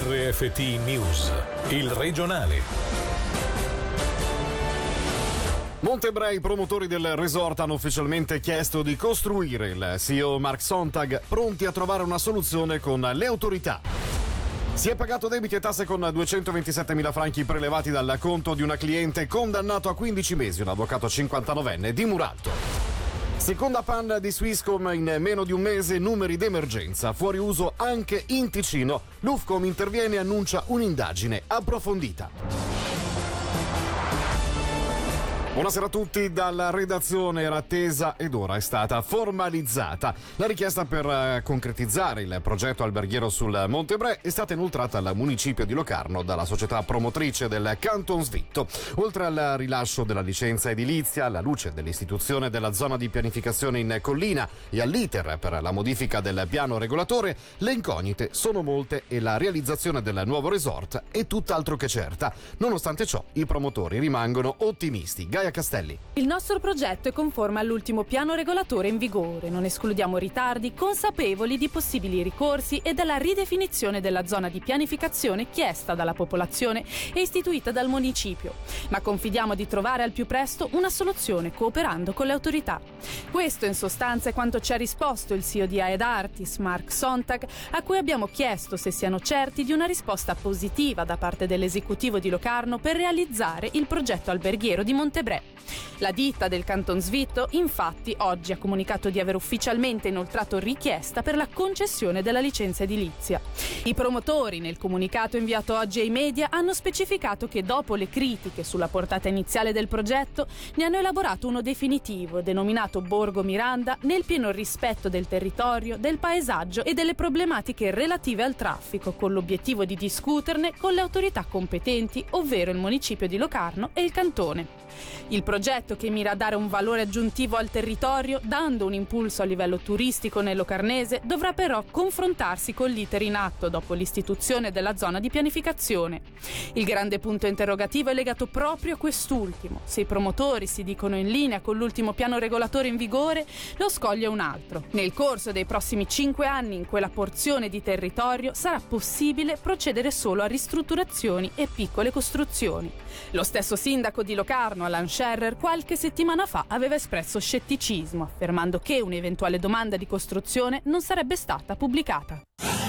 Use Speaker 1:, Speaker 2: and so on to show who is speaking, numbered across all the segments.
Speaker 1: RFT News, il regionale.
Speaker 2: Montebrei, i promotori del resort hanno ufficialmente chiesto di costruire. Il CEO Mark Sontag pronti a trovare una soluzione con le autorità. Si è pagato debiti e tasse con 227.000 franchi prelevati dal conto di una cliente, condannato a 15 mesi un avvocato 59enne di Muralto. Seconda panna di Swisscom in meno di un mese, numeri d'emergenza, fuori uso anche in Ticino. L'Ufcom interviene e annuncia un'indagine approfondita. Buonasera a tutti, dalla redazione era attesa ed ora è stata formalizzata. La richiesta per concretizzare il progetto alberghiero sul Montebrè è stata inoltrata al municipio di Locarno dalla società promotrice del Canton Svitto. Oltre al rilascio della licenza edilizia, alla luce dell'istituzione della zona di pianificazione in collina e all'iter per la modifica del piano regolatore, le incognite sono molte e la realizzazione del nuovo resort è tutt'altro che certa. Nonostante ciò, i promotori rimangono ottimisti. Gaia Castelli.
Speaker 3: Il nostro progetto è conforme all'ultimo piano regolatore in vigore. Non escludiamo ritardi, consapevoli di possibili ricorsi e della ridefinizione della zona di pianificazione chiesta dalla popolazione e istituita dal municipio. Ma confidiamo di trovare al più presto una soluzione cooperando con le autorità. Questo in sostanza è quanto ci ha risposto il CEO di Aed Artis, Mark Sontag, a cui abbiamo chiesto se siano certi di una risposta positiva da parte dell'esecutivo di Locarno per realizzare il progetto alberghiero di Montebrè. La ditta del Canton Svitto, infatti, oggi ha comunicato di aver ufficialmente inoltrato richiesta per la concessione della licenza edilizia. I promotori, nel comunicato inviato oggi ai media, hanno specificato che dopo le critiche sulla portata iniziale del progetto, ne hanno elaborato uno definitivo, denominato Borgo Miranda, nel pieno rispetto del territorio, del paesaggio e delle problematiche relative al traffico, con l'obiettivo di discuterne con le autorità competenti, ovvero il municipio di Locarno e il cantone. Il progetto, che mira a dare un valore aggiuntivo al territorio, dando un impulso a livello turistico nel locarnese, dovrà però confrontarsi con l'iter in atto dopo l'istituzione della zona di pianificazione. Il grande punto interrogativo è legato proprio a quest'ultimo. Se i promotori si dicono in linea con l'ultimo piano regolatore in vigore, lo scoglio è un altro. Nel corso dei prossimi 5 anni in quella porzione di territorio sarà possibile procedere solo a ristrutturazioni e piccole costruzioni. Lo stesso sindaco di Locarno, Alan Scherrer, qualche settimana fa aveva espresso scetticismo, affermando che un'eventuale domanda di costruzione non sarebbe stata pubblicata.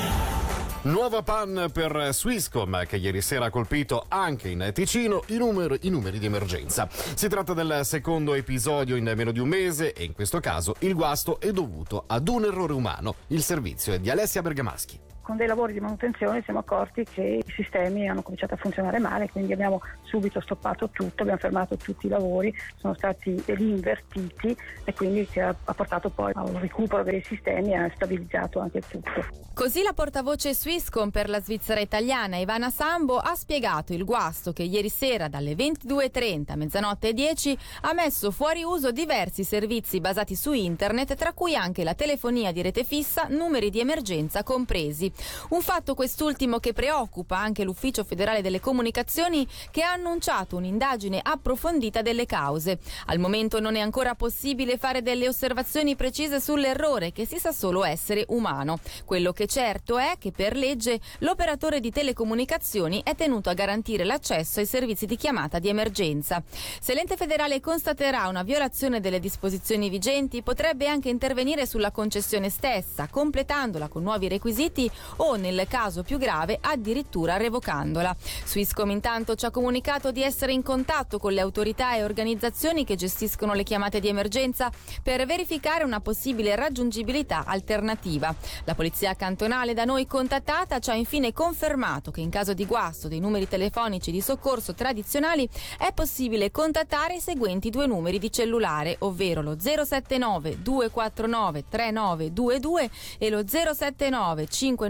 Speaker 2: Nuova PAN per Swisscom, che ieri sera ha colpito anche in Ticino i numeri di emergenza. Si tratta del secondo episodio in meno di un mese e in questo caso il guasto è dovuto ad un errore umano. Il servizio è di Alessia Bergamaschi.
Speaker 4: Con dei lavori di manutenzione siamo accorti che i sistemi hanno cominciato a funzionare male, quindi abbiamo subito stoppato tutto, abbiamo fermato tutti i lavori, sono stati invertiti e quindi che ha portato poi a un recupero dei sistemi e ha stabilizzato anche tutto.
Speaker 5: Così la portavoce Swisscom per la Svizzera italiana, Ivana Sambo, ha spiegato il guasto che ieri sera dalle 22:30 a mezzanotte e 10 ha messo fuori uso diversi servizi basati su internet, tra cui anche la telefonia di rete fissa, numeri di emergenza compresi. Un fatto quest'ultimo che preoccupa anche l'Ufficio federale delle comunicazioni, che ha annunciato un'indagine approfondita delle cause. Al momento non è ancora possibile fare delle osservazioni precise sull'errore, che si sa solo essere umano. Quello che certo è che per legge l'operatore di telecomunicazioni è tenuto a garantire l'accesso ai servizi di chiamata di emergenza. Se l'ente federale constaterà una violazione delle disposizioni vigenti, potrebbe anche intervenire sulla concessione stessa, completandola con nuovi requisiti o, nel caso più grave, addirittura revocandola. Swisscom intanto ci ha comunicato di essere in contatto con le autorità e organizzazioni che gestiscono le chiamate di emergenza per verificare una possibile raggiungibilità alternativa. La polizia cantonale da noi contattata ci ha infine confermato che in caso di guasto dei numeri telefonici di soccorso tradizionali è possibile contattare i seguenti 2 numeri di cellulare, ovvero lo 079 249 3922 e lo 079 592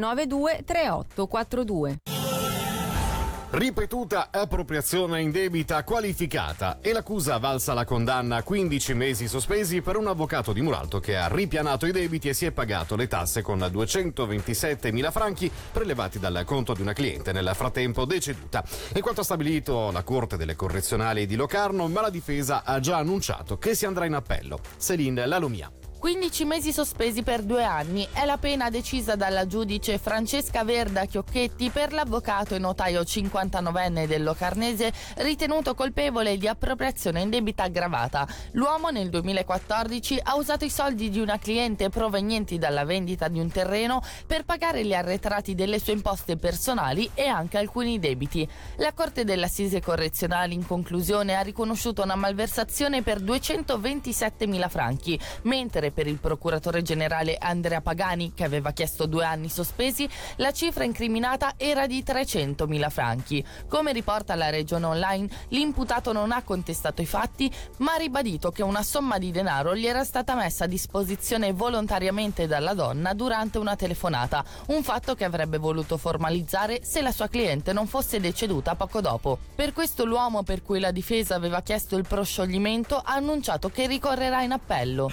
Speaker 5: 3842.
Speaker 2: Ripetuta appropriazione indebita qualificata e l'accusa valsa la condanna a 15 mesi sospesi per un avvocato di Muralto che ha ripianato i debiti e si è pagato le tasse con 227.000 franchi prelevati dal conto di una cliente nel frattempo deceduta. È quanto ha stabilito la Corte delle Correzionali di Locarno, ma la difesa ha già annunciato che si andrà in appello. Céline Lalomia.
Speaker 6: 15 mesi sospesi per 2 anni è la pena decisa dalla giudice Francesca Verda Chiocchetti per l'avvocato e notaio 59enne del Locarnese ritenuto colpevole di appropriazione indebita aggravata. L'uomo nel 2014 ha usato i soldi di una cliente provenienti dalla vendita di un terreno per pagare gli arretrati delle sue imposte personali e anche alcuni debiti. La Corte dell'Assise Correzionale in conclusione ha riconosciuto una malversazione per 227.000 franchi, mentre per il procuratore generale Andrea Pagani, che aveva chiesto 2 anni sospesi, la cifra incriminata era di 300.000 franchi. Come riporta la Regione Online, l'imputato non ha contestato i fatti, ma ha ribadito che una somma di denaro gli era stata messa a disposizione volontariamente dalla donna durante una telefonata, un fatto che avrebbe voluto formalizzare se la sua cliente non fosse deceduta poco dopo. Per questo l'uomo, per cui la difesa aveva chiesto il proscioglimento, ha annunciato che ricorrerà in appello.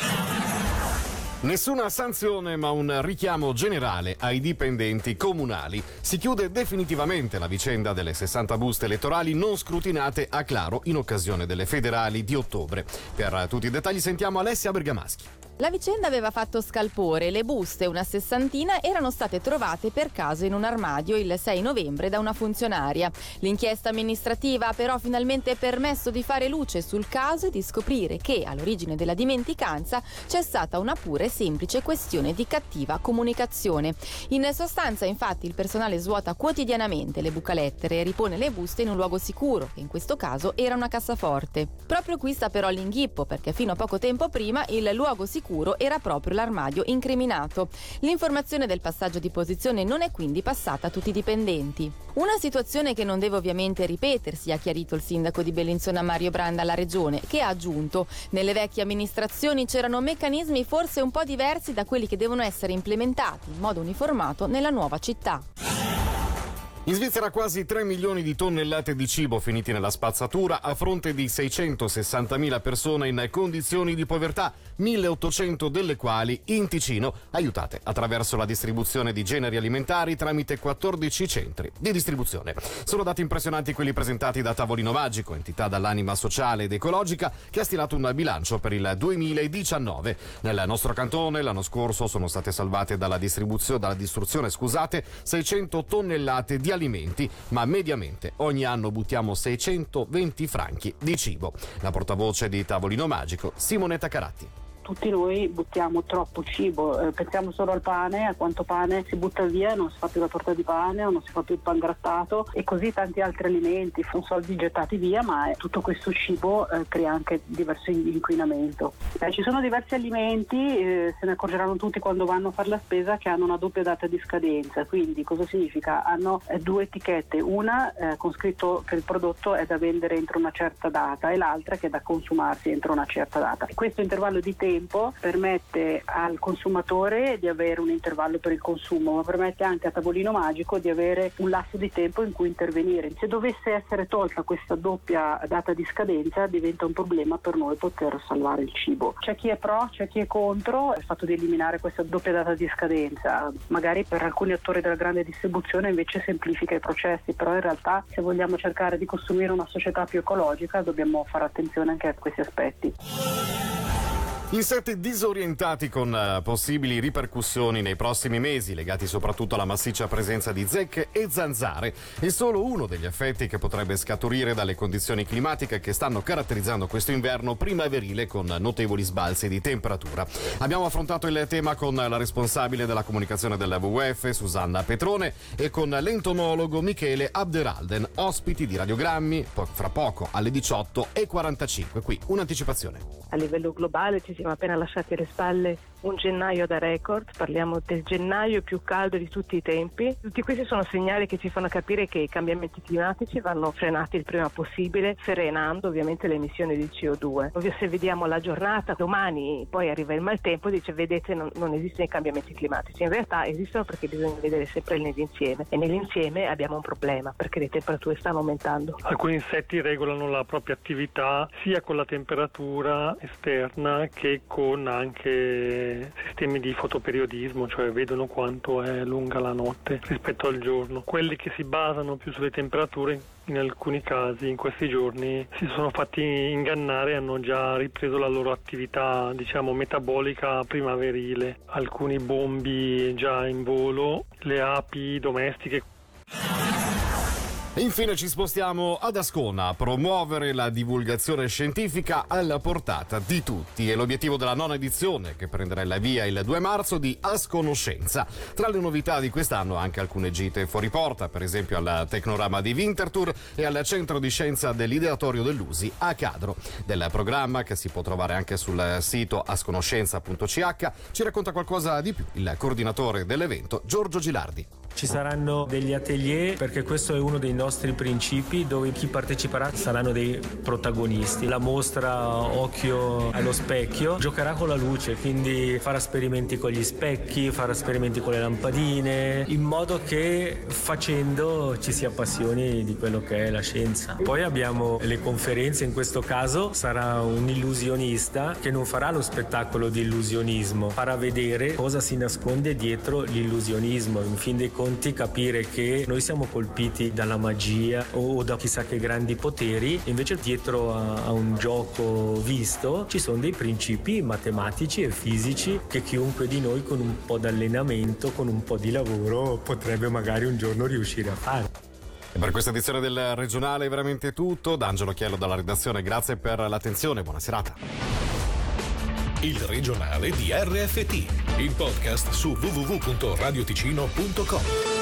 Speaker 2: Nessuna sanzione ma un richiamo generale ai dipendenti comunali. Si chiude definitivamente la vicenda delle 60 buste elettorali non scrutinate a Claro in occasione delle federali di ottobre. Per tutti i dettagli sentiamo Alessia Bergamaschi.
Speaker 5: La vicenda aveva fatto scalpore. Le buste, una 60, erano state trovate per caso in un armadio il 6 novembre da una funzionaria. L'inchiesta amministrativa ha però finalmente permesso di fare luce sul caso e di scoprire che all'origine della dimenticanza c'è stata una pura e semplice questione di cattiva comunicazione. In sostanza, infatti, il personale svuota quotidianamente le bucalettere e ripone le buste in un luogo sicuro, che in questo caso era una cassaforte. Proprio qui sta però l'inghippo, perché fino a poco tempo prima il luogo sicuro era proprio l'armadio incriminato. L'informazione del passaggio di posizione non è quindi passata a tutti i dipendenti. Una situazione che non deve ovviamente ripetersi, ha chiarito il sindaco di Bellinzona Mario Branda alla regione, che ha aggiunto: nelle vecchie amministrazioni c'erano meccanismi forse un po' diversi da quelli che devono essere implementati in modo uniformato nella nuova città.
Speaker 2: In Svizzera quasi 3 milioni di tonnellate di cibo finiti nella spazzatura a fronte di 660.000 persone in condizioni di povertà, 1.800 delle quali in Ticino, aiutate attraverso la distribuzione di generi alimentari tramite 14 centri di distribuzione. Sono dati impressionanti quelli presentati da Tavolino Magico, entità dall'anima sociale ed ecologica che ha stilato un bilancio per il 2019. Nel nostro cantone l'anno scorso sono state salvate dalla distruzione 600 tonnellate di alimenti, ma mediamente ogni anno buttiamo 620 franchi di cibo. La portavoce di Tavolino Magico, Simonetta Caratti.
Speaker 4: Tutti noi buttiamo troppo cibo, pensiamo solo al pane, a quanto pane si butta via, non si fa più la torta di pane o non si fa più il pan grattato e così tanti altri alimenti, sono soldi gettati via, ma tutto questo cibo crea anche diverso inquinamento. Ci sono diversi alimenti, se ne accorgeranno tutti quando vanno a fare la spesa, che hanno una doppia data di scadenza, quindi cosa significa? Hanno 2 etichette, una con scritto che il prodotto è da vendere entro una certa data e l'altra che è da consumarsi entro una certa data. Questo intervallo di tempo permette al consumatore di avere un intervallo per il consumo, ma permette anche a Tavolino Magico di avere un lasso di tempo in cui intervenire. Se dovesse essere tolta questa doppia data di scadenza diventa un problema per noi poter salvare il cibo. C'è chi è pro, c'è chi è contro il fatto di eliminare questa doppia data di scadenza. Magari per alcuni attori della grande distribuzione invece semplifica i processi, però in realtà se vogliamo cercare di costruire una società più ecologica dobbiamo fare attenzione anche a questi aspetti.
Speaker 2: Insetti disorientati con possibili ripercussioni nei prossimi mesi, legati soprattutto alla massiccia presenza di zecche e zanzare. È solo uno degli effetti che potrebbe scaturire dalle condizioni climatiche che stanno caratterizzando questo inverno primaverile con notevoli sbalzi di temperatura. Abbiamo affrontato il tema con la responsabile della comunicazione del WWF, Susanna Petrone, e con l'entomologo Michele Abderalden, ospiti di Radiogrammi, fra poco alle 18:45. Qui un'anticipazione.
Speaker 7: A livello globale ci siamo appena lasciati alle spalle un gennaio da record, parliamo del gennaio più caldo di tutti i tempi. Tutti questi sono segnali che ci fanno capire che i cambiamenti climatici vanno frenati il prima possibile, serenando ovviamente le emissioni di CO2. Ovvio, se vediamo la giornata, domani poi arriva il maltempo, dice vedete non esistono i cambiamenti climatici. In realtà esistono perché bisogna vedere sempre nell'insieme e nell'insieme abbiamo un problema perché le temperature stanno aumentando.
Speaker 8: Alcuni insetti regolano la propria attività sia con la temperatura esterna che con anche anche sistemi di fotoperiodismo, cioè vedono quanto è lunga la notte rispetto al giorno. Quelli che si basano più sulle temperature, in alcuni casi in questi giorni si sono fatti ingannare e hanno già ripreso la loro attività, diciamo, metabolica primaverile. Alcuni bombi già in volo, le api domestiche.
Speaker 2: Infine ci spostiamo ad Ascona, promuovere la divulgazione scientifica alla portata di tutti. È l'obiettivo della 9ª edizione, che prenderà il via il 2 marzo, di Asconoscenza. Tra le novità di quest'anno anche alcune gite fuori porta, per esempio al Tecnorama di Winterthur e al Centro di Scienza dell'Ideatorio dell'Usi a Cadro. Del programma, che si può trovare anche sul sito asconoscenza.ch, ci racconta qualcosa di più il coordinatore dell'evento, Giorgio Gilardi.
Speaker 9: Ci saranno degli atelier, perché questo è uno dei nostri principi, dove chi parteciperà saranno dei protagonisti. La mostra Occhio allo specchio giocherà con la luce, quindi farà esperimenti con gli specchi, farà esperimenti con le lampadine, in modo che facendo ci si appassioni di quello che è la scienza. Poi abbiamo le conferenze, in questo caso sarà un illusionista che non farà lo spettacolo di illusionismo, farà vedere cosa si nasconde dietro l'illusionismo. In fin dei conti capire che noi siamo colpiti dalla magia o da chissà che grandi poteri, invece dietro a un gioco visto ci sono dei principi matematici e fisici che chiunque di noi con un po' d'allenamento, con un po' di lavoro, potrebbe magari un giorno riuscire a fare.
Speaker 2: E per questa edizione del regionale è veramente tutto. Da Angelo Chiello dalla redazione, grazie per l'attenzione, buona serata.
Speaker 1: Il regionale di RFT, il podcast su www.radioticino.com.